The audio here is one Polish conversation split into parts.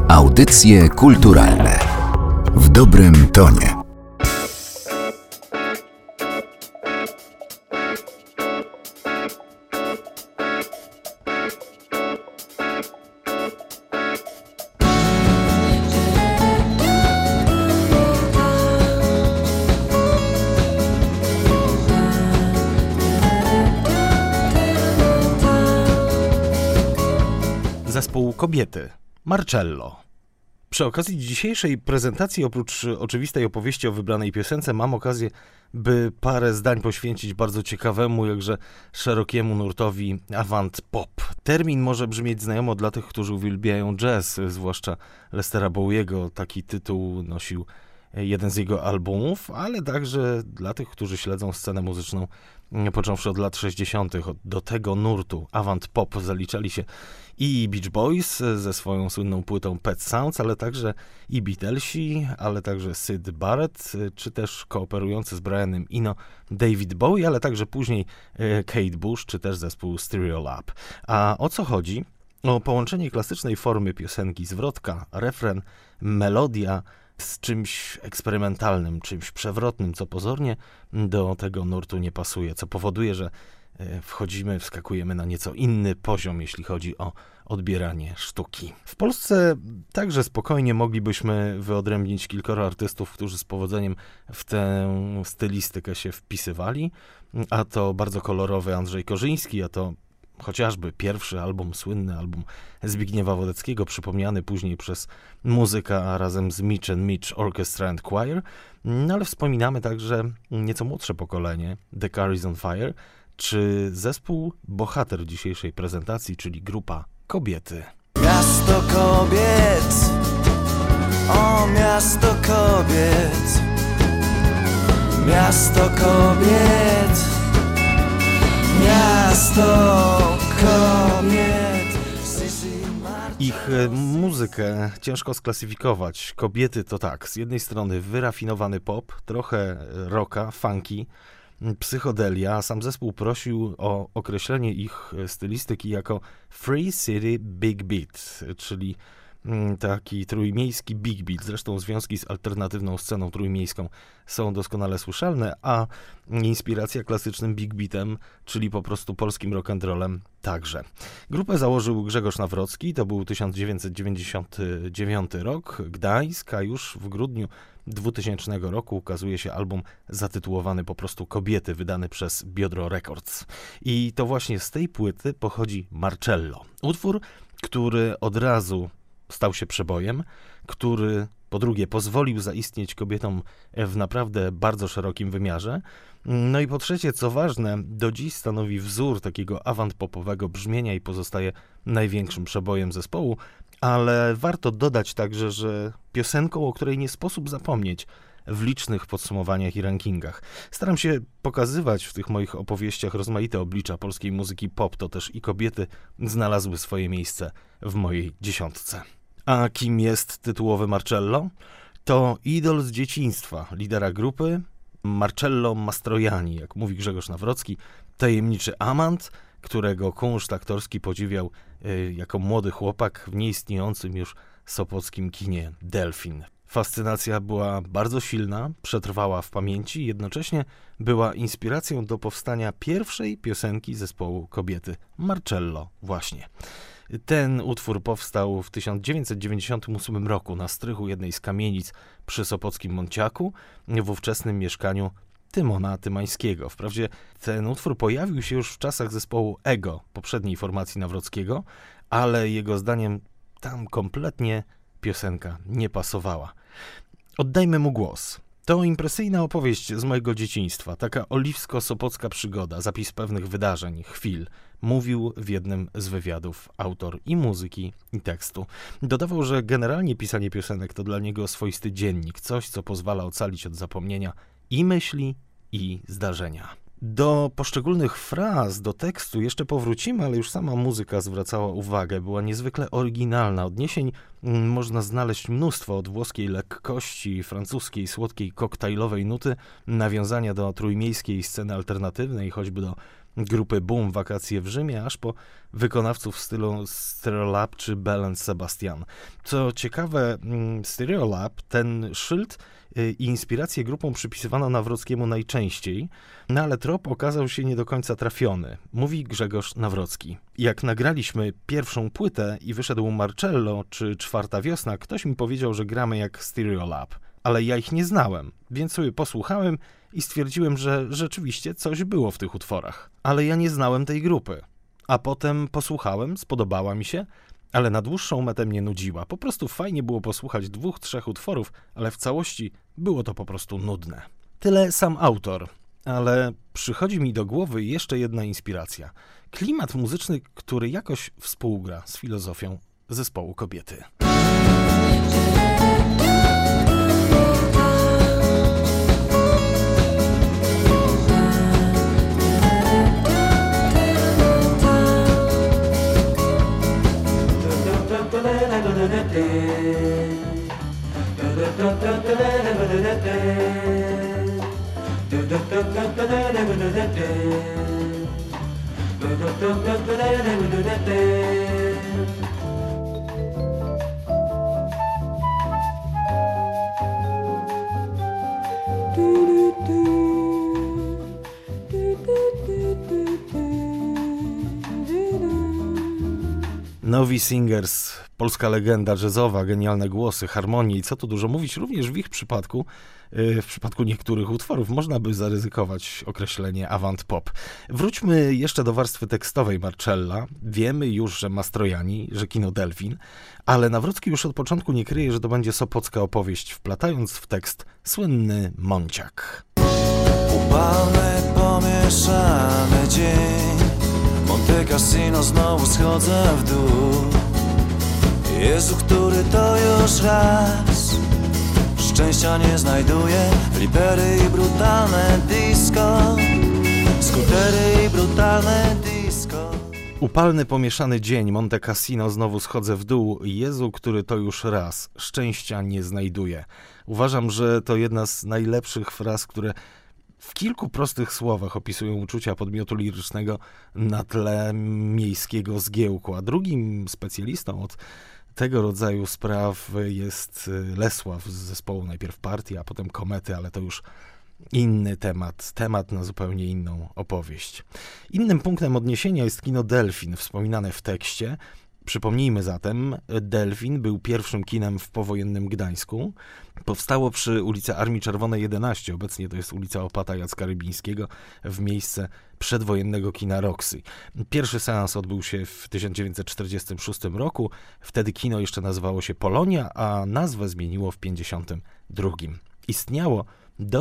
Audycje kulturalne w dobrym tonie. Zespół Kobiety, Marcello. Przy okazji dzisiejszej prezentacji, oprócz oczywistej opowieści o wybranej piosence, mam okazję, by parę zdań poświęcić bardzo ciekawemu, jakże szerokiemu nurtowi avant pop. Termin może brzmieć znajomo dla tych, którzy uwielbiają jazz, zwłaszcza Lestera Bowiego. Taki tytuł nosił jeden z jego albumów, ale także dla tych, którzy śledzą scenę muzyczną począwszy od lat 60. Do tego nurtu avant pop zaliczali się i Beach Boys ze swoją słynną płytą Pet Sounds, ale także i Beatlesi, ale także Syd Barrett, czy też kooperujący z Brianem Eno David Bowie, ale także później Kate Bush, czy też zespół Stereolab. A o co chodzi? O połączenie klasycznej formy piosenki, zwrotka, refren, melodia z czymś eksperymentalnym, czymś przewrotnym, co pozornie do tego nurtu nie pasuje, co powoduje, że wskakujemy na nieco inny poziom, jeśli chodzi o odbieranie sztuki. W Polsce także spokojnie moglibyśmy wyodrębnić kilkoro artystów, którzy z powodzeniem w tę stylistykę się wpisywali, a to bardzo kolorowy Andrzej Korzyński, a to chociażby pierwszy album, słynny album Zbigniewa Wodeckiego, przypomniany później przez muzyka razem z Mitch and Mitch Orchestra and Choir, no ale wspominamy także nieco młodsze pokolenie, The Car is on Fire, czy zespół bohater dzisiejszej prezentacji, czyli grupa Kobiety. Miasto kobiet, o miasto kobiet, miasto kobiet, miasto kobiet. Ich muzykę ciężko sklasyfikować. Kobiety to tak, z jednej strony wyrafinowany pop, trochę rocka, funky, psychodelia, a sam zespół prosił o określenie ich stylistyki jako Free City Big Beat, czyli taki trójmiejski big beat. Zresztą związki z alternatywną sceną trójmiejską są doskonale słyszalne, a inspiracja klasycznym big beatem, czyli po prostu polskim rock'n'rollem także. Grupę założył Grzegorz Nawrocki, to był 1999 rok, Gdańsk, a już w grudniu 2000 roku ukazuje się album zatytułowany po prostu Kobiety, wydany przez Biodro Records. I to właśnie z tej płyty pochodzi Marcello. Utwór, który od razu stał się przebojem, który po drugie pozwolił zaistnieć kobietom w naprawdę bardzo szerokim wymiarze, no i po trzecie, co ważne, do dziś stanowi wzór takiego awant-popowego brzmienia i pozostaje największym przebojem zespołu, ale warto dodać także, że piosenką, o której nie sposób zapomnieć w licznych podsumowaniach i rankingach. Staram się pokazywać w tych moich opowieściach rozmaite oblicza polskiej muzyki pop, to też i Kobiety znalazły swoje miejsce w mojej dziesiątce. A kim jest tytułowy Marcello? To idol z dzieciństwa, lidera grupy, Marcello Mastroianni, jak mówi Grzegorz Nawrocki, tajemniczy amant, którego kunszt aktorski podziwiał jako młody chłopak w nieistniejącym już sopockim kinie Delfin. Fascynacja była bardzo silna, przetrwała w pamięci, jednocześnie była inspiracją do powstania pierwszej piosenki zespołu Kobiety, Marcello właśnie. Ten utwór powstał w 1998 roku na strychu jednej z kamienic przy sopockim Monciaku, w ówczesnym mieszkaniu Tymona Tymańskiego. Wprawdzie ten utwór pojawił się już w czasach zespołu Ego, poprzedniej formacji Nawrockiego, ale jego zdaniem tam kompletnie piosenka nie pasowała. Oddajmy mu głos. To impresyjna opowieść z mojego dzieciństwa, taka oliwsko-sopocka przygoda, zapis pewnych wydarzeń, chwil, mówił w jednym z wywiadów autor i muzyki, i tekstu. Dodawał, że generalnie pisanie piosenek to dla niego swoisty dziennik, coś, co pozwala ocalić od zapomnienia i myśli, i zdarzenia. Do poszczególnych fraz, do tekstu jeszcze powrócimy, ale już sama muzyka zwracała uwagę, była niezwykle oryginalna. Odniesień można znaleźć mnóstwo, od włoskiej lekkości, francuskiej, słodkiej, koktajlowej nuty, nawiązania do trójmiejskiej sceny alternatywnej, choćby do grupy Boom, Wakacje w Rzymie, aż po wykonawców w stylu Stereolab czy Bell & Sebastian. Co ciekawe, Stereolab, ten szyld i inspirację grupą przypisywano Nawrockiemu najczęściej, no ale trop okazał się nie do końca trafiony, mówi Grzegorz Nawrocki. Jak nagraliśmy pierwszą płytę i wyszedł Marcello czy Czwarta Wiosna, ktoś mi powiedział, że gramy jak Stereolab, ale ja ich nie znałem, więc sobie posłuchałem i stwierdziłem, że rzeczywiście coś było w tych utworach. Ale ja nie znałem tej grupy. A potem posłuchałem, spodobała mi się, ale na dłuższą metę mnie nudziła. Po prostu fajnie było posłuchać 2-3 utworów, ale w całości było to po prostu nudne. Tyle sam autor, ale przychodzi mi do głowy jeszcze jedna inspiracja. Klimat muzyczny, który jakoś współgra z filozofią zespołu Kobiety. Novi Singers, polska legenda jazzowa, genialne głosy, harmonie i co tu dużo mówić, również w ich przypadku, w przypadku niektórych utworów można by zaryzykować określenie avant pop. Wróćmy jeszcze do warstwy tekstowej Marcella. Wiemy już, że Mastrojani, że kino Delfin, ale Nawrocki już od początku nie kryje, że to będzie sopocka opowieść, wplatając w tekst słynny Monciak. Upalny, pomieszany dzień, Monte Cassino, znowu schodzę w dół. Jezu, który to już raz szczęścia nie znajduje. Flipery i brutalne disco, skutery i brutalne disco. Upalny, pomieszany dzień, Monte Cassino, znowu schodzę w dół. Jezu, który to już raz szczęścia nie znajduje. Uważam, że to jedna z najlepszych fraz, które w kilku prostych słowach opisują uczucia podmiotu lirycznego na tle miejskiego zgiełku. A drugim specjalistą od tego rodzaju spraw jest Lesław z zespołu najpierw Partii, a potem Komety, ale to już inny temat na zupełnie inną opowieść. Innym punktem odniesienia jest kino Delfin, wspominane w tekście. Przypomnijmy zatem, Delfin był pierwszym kinem w powojennym Gdańsku. Powstało przy ulicy Armii Czerwonej 11, obecnie to jest ulica Opata Jacka Rybińskiego, w miejsce przedwojennego kina Roxy. Pierwszy seans odbył się w 1946 roku, wtedy kino jeszcze nazywało się Polonia, a nazwę zmieniło w 1952. Istniało do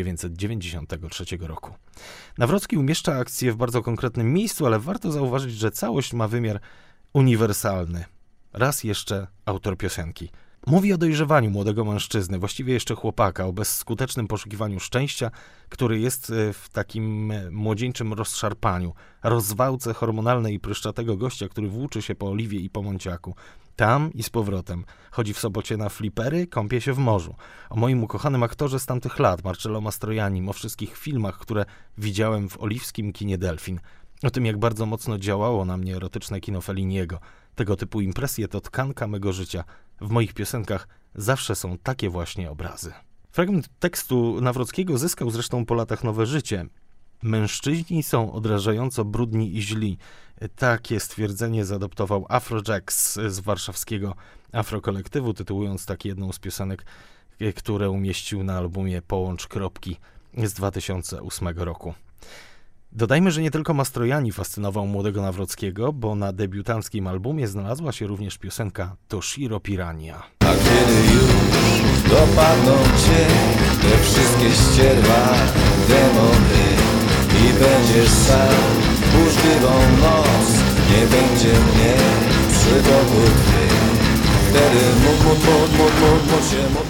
1993 roku. Nawrocki umieszcza akcję w bardzo konkretnym miejscu, ale warto zauważyć, że całość ma wymiar uniwersalny. Raz jeszcze autor piosenki. Mówi o dojrzewaniu młodego mężczyzny, właściwie jeszcze chłopaka, o bezskutecznym poszukiwaniu szczęścia, który jest w takim młodzieńczym rozszarpaniu, rozwałce hormonalnej i pryszczatego gościa, który włóczy się po Oliwie i po Monciaku. Tam i z powrotem. Chodzi w sobocie na flipery, kąpie się w morzu. O moim ukochanym aktorze z tamtych lat, Marcello Mastroiannim, o wszystkich filmach, które widziałem w oliwskim kinie Delfin. O tym, jak bardzo mocno działało na mnie erotyczne kino Felliniego. Tego typu impresje to tkanka mego życia. W moich piosenkach zawsze są takie właśnie obrazy. Fragment tekstu Nawrockiego zyskał zresztą po latach nowe życie. Mężczyźni są odrażająco brudni i źli. Takie stwierdzenie zaadoptował Afrojax z warszawskiego afrokolektywu, tytułując tak jedną z piosenek, które umieścił na albumie Połącz Kropki z 2008 roku. Dodajmy, że nie tylko Mastrojani fascynował młodego Nawrockiego, bo na debiutanckim albumie znalazła się również piosenka Toshiro Pirania. A kiedy już dopadną cię te wszystkie ścierwa, demony i będziesz sam burzliwą noc, nie będzie mnie przy boku twym, wtedy mógł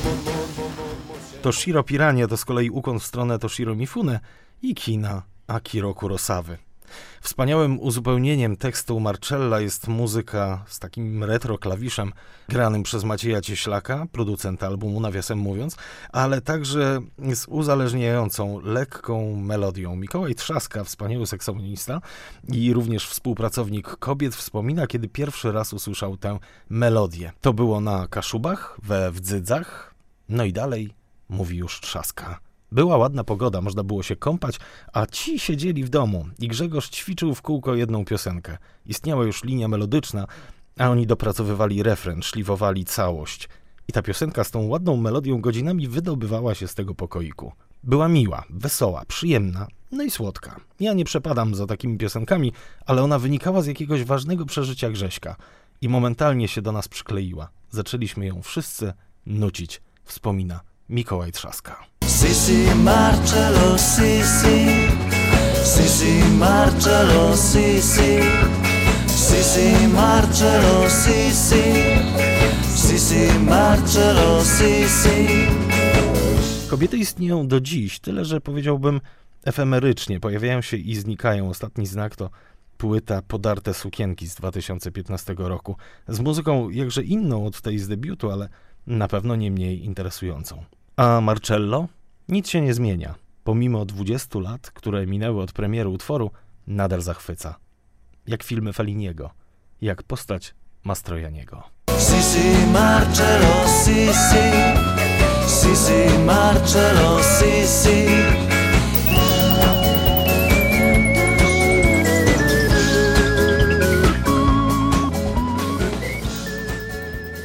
się Toshiro Pirania to z kolei ukłon w stronę Toshiro Mifune i kina Akiro Kurosawy. Wspaniałym uzupełnieniem tekstu Marcella jest muzyka z takim retro klawiszem granym przez Macieja Cieślaka, producenta albumu nawiasem mówiąc, ale także z uzależniającą, lekką melodią. Mikołaj Trzaska, wspaniały saksofonista i również współpracownik Kobiet, wspomina, kiedy pierwszy raz usłyszał tę melodię. To było na Kaszubach, we Wdzydzach, no i dalej mówi już Trzaska. Była ładna pogoda, można było się kąpać, a ci siedzieli w domu i Grzegorz ćwiczył w kółko jedną piosenkę. Istniała już linia melodyczna, a oni dopracowywali refren, szlifowali całość. I ta piosenka z tą ładną melodią godzinami wydobywała się z tego pokoiku. Była miła, wesoła, przyjemna, no i słodka. Ja nie przepadam za takimi piosenkami, ale ona wynikała z jakiegoś ważnego przeżycia Grześka i momentalnie się do nas przykleiła. Zaczęliśmy ją wszyscy nucić, wspomina Mikołaj Trzaska. Sisi Marcello, Sisi, Sisi Marcello, Sisi, Sisi Marcello, Sisi, Sisi Marcello, Sisi. Kobiety istnieją do dziś, tyle że powiedziałbym efemerycznie. Pojawiają się i znikają. Ostatni znak to płyta Podarte sukienki z 2015 roku. Z muzyką jakże inną od tej z debiutu, ale na pewno nie mniej interesującą. A Marcello? Nic się nie zmienia. Pomimo 20 lat, które minęły od premiery utworu, nadal zachwyca. Jak filmy Felliniego, jak postać Mastrojaniego. Sisi Marcello, Sisi, Sisi Marcello, Sisi.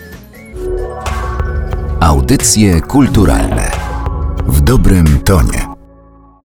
Audycje kulturalne w dobrym tonie.